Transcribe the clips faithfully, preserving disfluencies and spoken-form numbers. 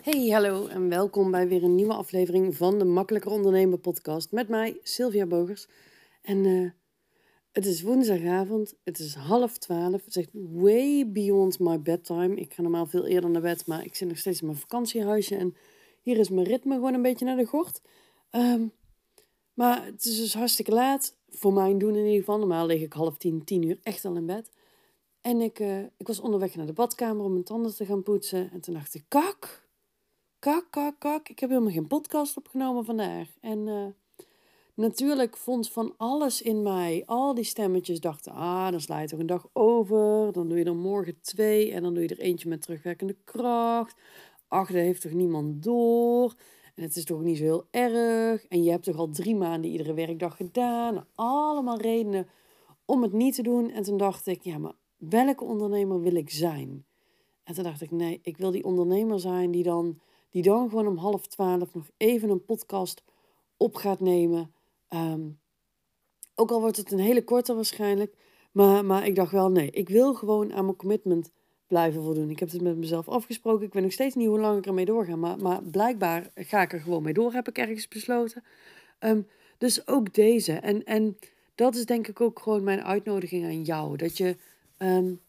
Hey, hallo en welkom bij weer een nieuwe aflevering van de Makkelijker Ondernemen podcast met mij, Sylvia Bogers. En uh, het is woensdagavond, het is half twaalf, het is echt way beyond my bedtime. Ik ga normaal veel eerder naar bed, maar ik zit nog steeds in mijn vakantiehuisje en hier is mijn ritme gewoon een beetje naar de gort. Um, maar het is dus hartstikke laat, voor mijn doen in ieder geval. Normaal lig ik half tien, tien uur echt al in bed. En ik, uh, ik was onderweg naar de badkamer om mijn tanden te gaan poetsen en toen dacht ik, kak... Kak, kak, kak. Ik heb helemaal geen podcast opgenomen vandaag. En uh, natuurlijk vond van alles in mij, al die stemmetjes dachten, ah, dan sla je toch een dag over. Dan doe je er morgen twee en dan doe je er eentje met terugwerkende kracht. Ach, dat heeft toch niemand door. En het is toch niet zo heel erg. En je hebt toch al drie maanden iedere werkdag gedaan. Allemaal redenen om het niet te doen. En toen dacht ik, ja, maar welke ondernemer wil ik zijn? En toen dacht ik, nee, ik wil die ondernemer zijn die dan... die dan gewoon om half twaalf nog even een podcast op gaat nemen. Um, ook al wordt het een hele korte waarschijnlijk. Maar, maar ik dacht wel, nee, ik wil gewoon aan mijn commitment blijven voldoen. Ik heb het met mezelf afgesproken. Ik weet nog steeds niet hoe lang ik ermee doorga. Maar, maar blijkbaar ga ik er gewoon mee door, heb ik ergens besloten. Um, dus ook deze. En, en dat is denk ik ook gewoon mijn uitnodiging aan jou. Dat je um,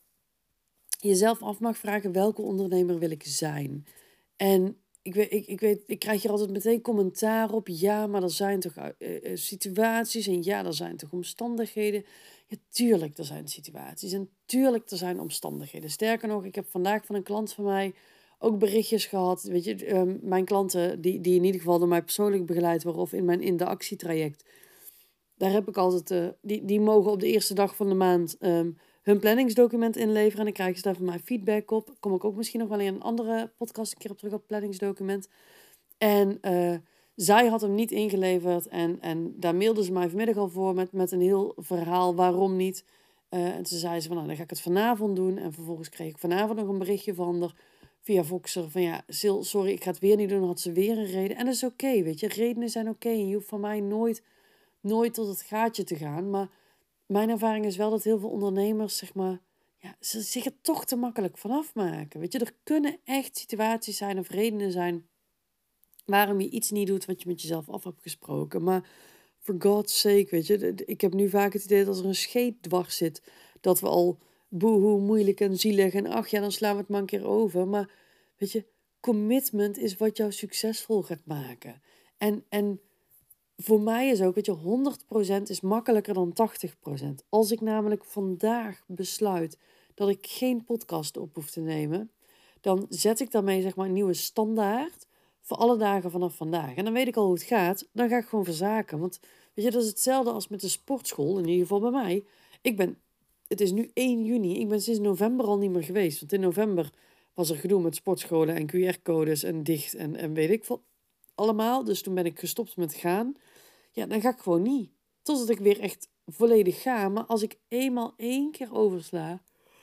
jezelf af mag vragen, welke ondernemer wil ik zijn? En ik weet, ik, ik weet, ik krijg hier altijd meteen commentaar op. Ja, maar er zijn toch uh, situaties en ja, er zijn toch omstandigheden. Ja, tuurlijk, er zijn situaties en tuurlijk, er zijn omstandigheden. Sterker nog, ik heb vandaag van een klant van mij ook berichtjes gehad. Weet je, um, mijn klanten die, die in ieder geval door mij persoonlijk begeleid worden of in mijn in de actietraject. Daar heb ik altijd, uh, die, die mogen op de eerste dag van de maand um, hun planningsdocument inleveren. En dan krijgen ze daar van mij feedback op. Kom ik ook misschien nog wel in een andere podcast een keer op terug op het planningsdocument. En uh, zij had hem niet ingeleverd. En, en daar mailde ze mij vanmiddag al voor met, met een heel verhaal waarom niet. Uh, en toen zei ze van, nou, dan ga ik het vanavond doen. En vervolgens kreeg ik vanavond nog een berichtje van haar via Voxer. Van ja, Sil, sorry, ik ga het weer niet doen. Dan had ze weer een reden. En dat is oké, okay, weet je. Redenen zijn oké. Okay. En je hoeft van mij nooit, nooit tot het gaatje te gaan. Maar mijn ervaring is wel dat heel veel ondernemers, zeg maar, ja, ze zich er toch te makkelijk vanaf maken. Weet je, er kunnen echt situaties zijn of redenen zijn waarom je iets niet doet wat je met jezelf af hebt gesproken. Maar for God's sake, weet je, ik heb nu vaak het idee dat als er een scheet dwars zit, dat we al boehoe, moeilijk en zielig en ach ja, dan slaan we het maar een keer over. Maar weet je, commitment is wat jou succesvol gaat maken. En, en voor mij is ook, weet je, honderd procent is makkelijker dan tachtig procent. Als ik namelijk vandaag besluit dat ik geen podcast op hoef te nemen, dan zet ik daarmee, zeg maar, een nieuwe standaard voor alle dagen vanaf vandaag. En dan weet ik al hoe het gaat, dan ga ik gewoon verzaken. Want, weet je, dat is hetzelfde als met de sportschool, in ieder geval bij mij. Ik ben, het is nu één juni, ik ben sinds november al niet meer geweest. Want in november was er gedoe met sportscholen en Q R-codes en dicht en, en weet ik veel allemaal. Dus toen ben ik gestopt met gaan. Ja, dan ga ik gewoon niet. Totdat ik weer echt volledig ga. Maar als ik eenmaal één keer oversla.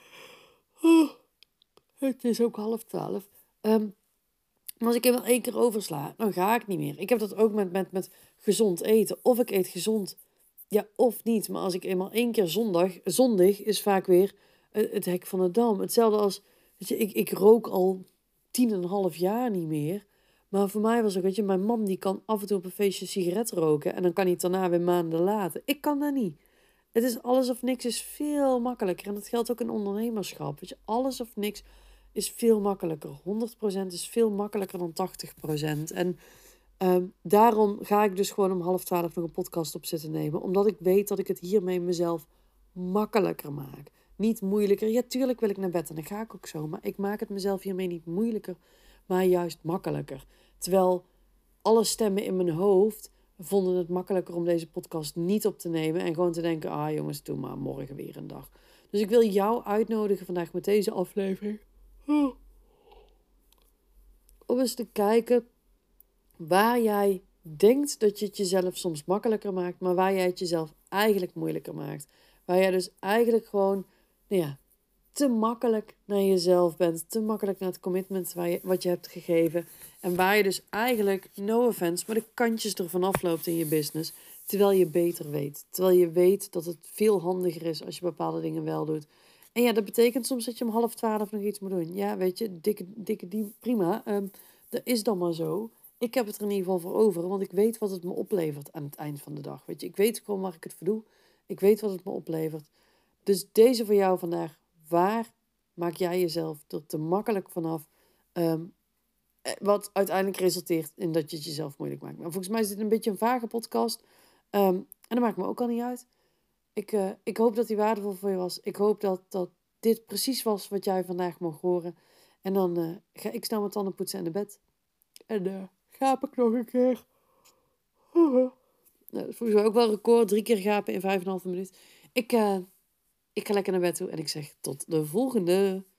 Oh, het is ook half twaalf. Um, maar als ik eenmaal één keer oversla, dan ga ik niet meer. Ik heb dat ook met, met, met gezond eten. Of ik eet gezond, ja, of niet. Maar als ik eenmaal één keer zondag... Zondag is vaak weer het hek van de dam. Hetzelfde als, weet je, ik, ik rook al tien en een half jaar niet meer. Maar voor mij was ook, weet je, mijn man die kan af en toe op een feestje sigaret roken. En dan kan hij het daarna weer maanden later. Ik kan dat niet. Het is alles of niks is veel makkelijker. En dat geldt ook in ondernemerschap. Weet je, alles of niks is veel makkelijker. honderd procent is veel makkelijker dan tachtig procent. En um, daarom ga ik dus gewoon om half twaalf nog een podcast op zitten nemen. Omdat ik weet dat ik het hiermee mezelf makkelijker maak. Niet moeilijker. Ja, tuurlijk wil ik naar bed en dan ga ik ook zo. Maar ik maak het mezelf hiermee niet moeilijker, maar juist makkelijker. Terwijl alle stemmen in mijn hoofd vonden het makkelijker om deze podcast niet op te nemen. En gewoon te denken, ah jongens, doe maar morgen weer een dag. Dus ik wil jou uitnodigen vandaag met deze aflevering. Oh. Om eens te kijken waar jij denkt dat je het jezelf soms makkelijker maakt, maar waar jij het jezelf eigenlijk moeilijker maakt. Waar jij dus eigenlijk gewoon, nou ja, te makkelijk naar jezelf bent. Te makkelijk naar het commitment waar je, wat je hebt gegeven. En waar je dus eigenlijk, no offense, maar de kantjes ervan afloopt in je business. Terwijl je beter weet. Terwijl je weet dat het veel handiger is als je bepaalde dingen wel doet. En ja, dat betekent soms dat je om half twaalf nog iets moet doen. Ja, weet je, dikke, dikke die, prima. Um, dat is dan maar zo. Ik heb het er in ieder geval voor over, want ik weet wat het me oplevert aan het eind van de dag. Weet je, ik weet gewoon waar ik het voor doe. Ik weet wat het me oplevert. Dus deze voor jou vandaag. Waar maak jij jezelf er te makkelijk vanaf? Um, wat uiteindelijk resulteert in dat je het jezelf moeilijk maakt. Maar volgens mij is dit een beetje een vage podcast. Um, en dat maakt me ook al niet uit. Ik, uh, ik hoop dat die waardevol voor je was. Ik hoop dat, dat dit precies was wat jij vandaag mocht horen. En dan uh, ga ik snel mijn tanden poetsen in de bed. En uh, gaap ik nog een keer. Uh-huh. Nou, dat is volgens mij ook wel een record. Drie keer gapen in vijf en een halve minuut. Ik, uh, ik ga lekker naar bed toe en ik zeg tot de volgende.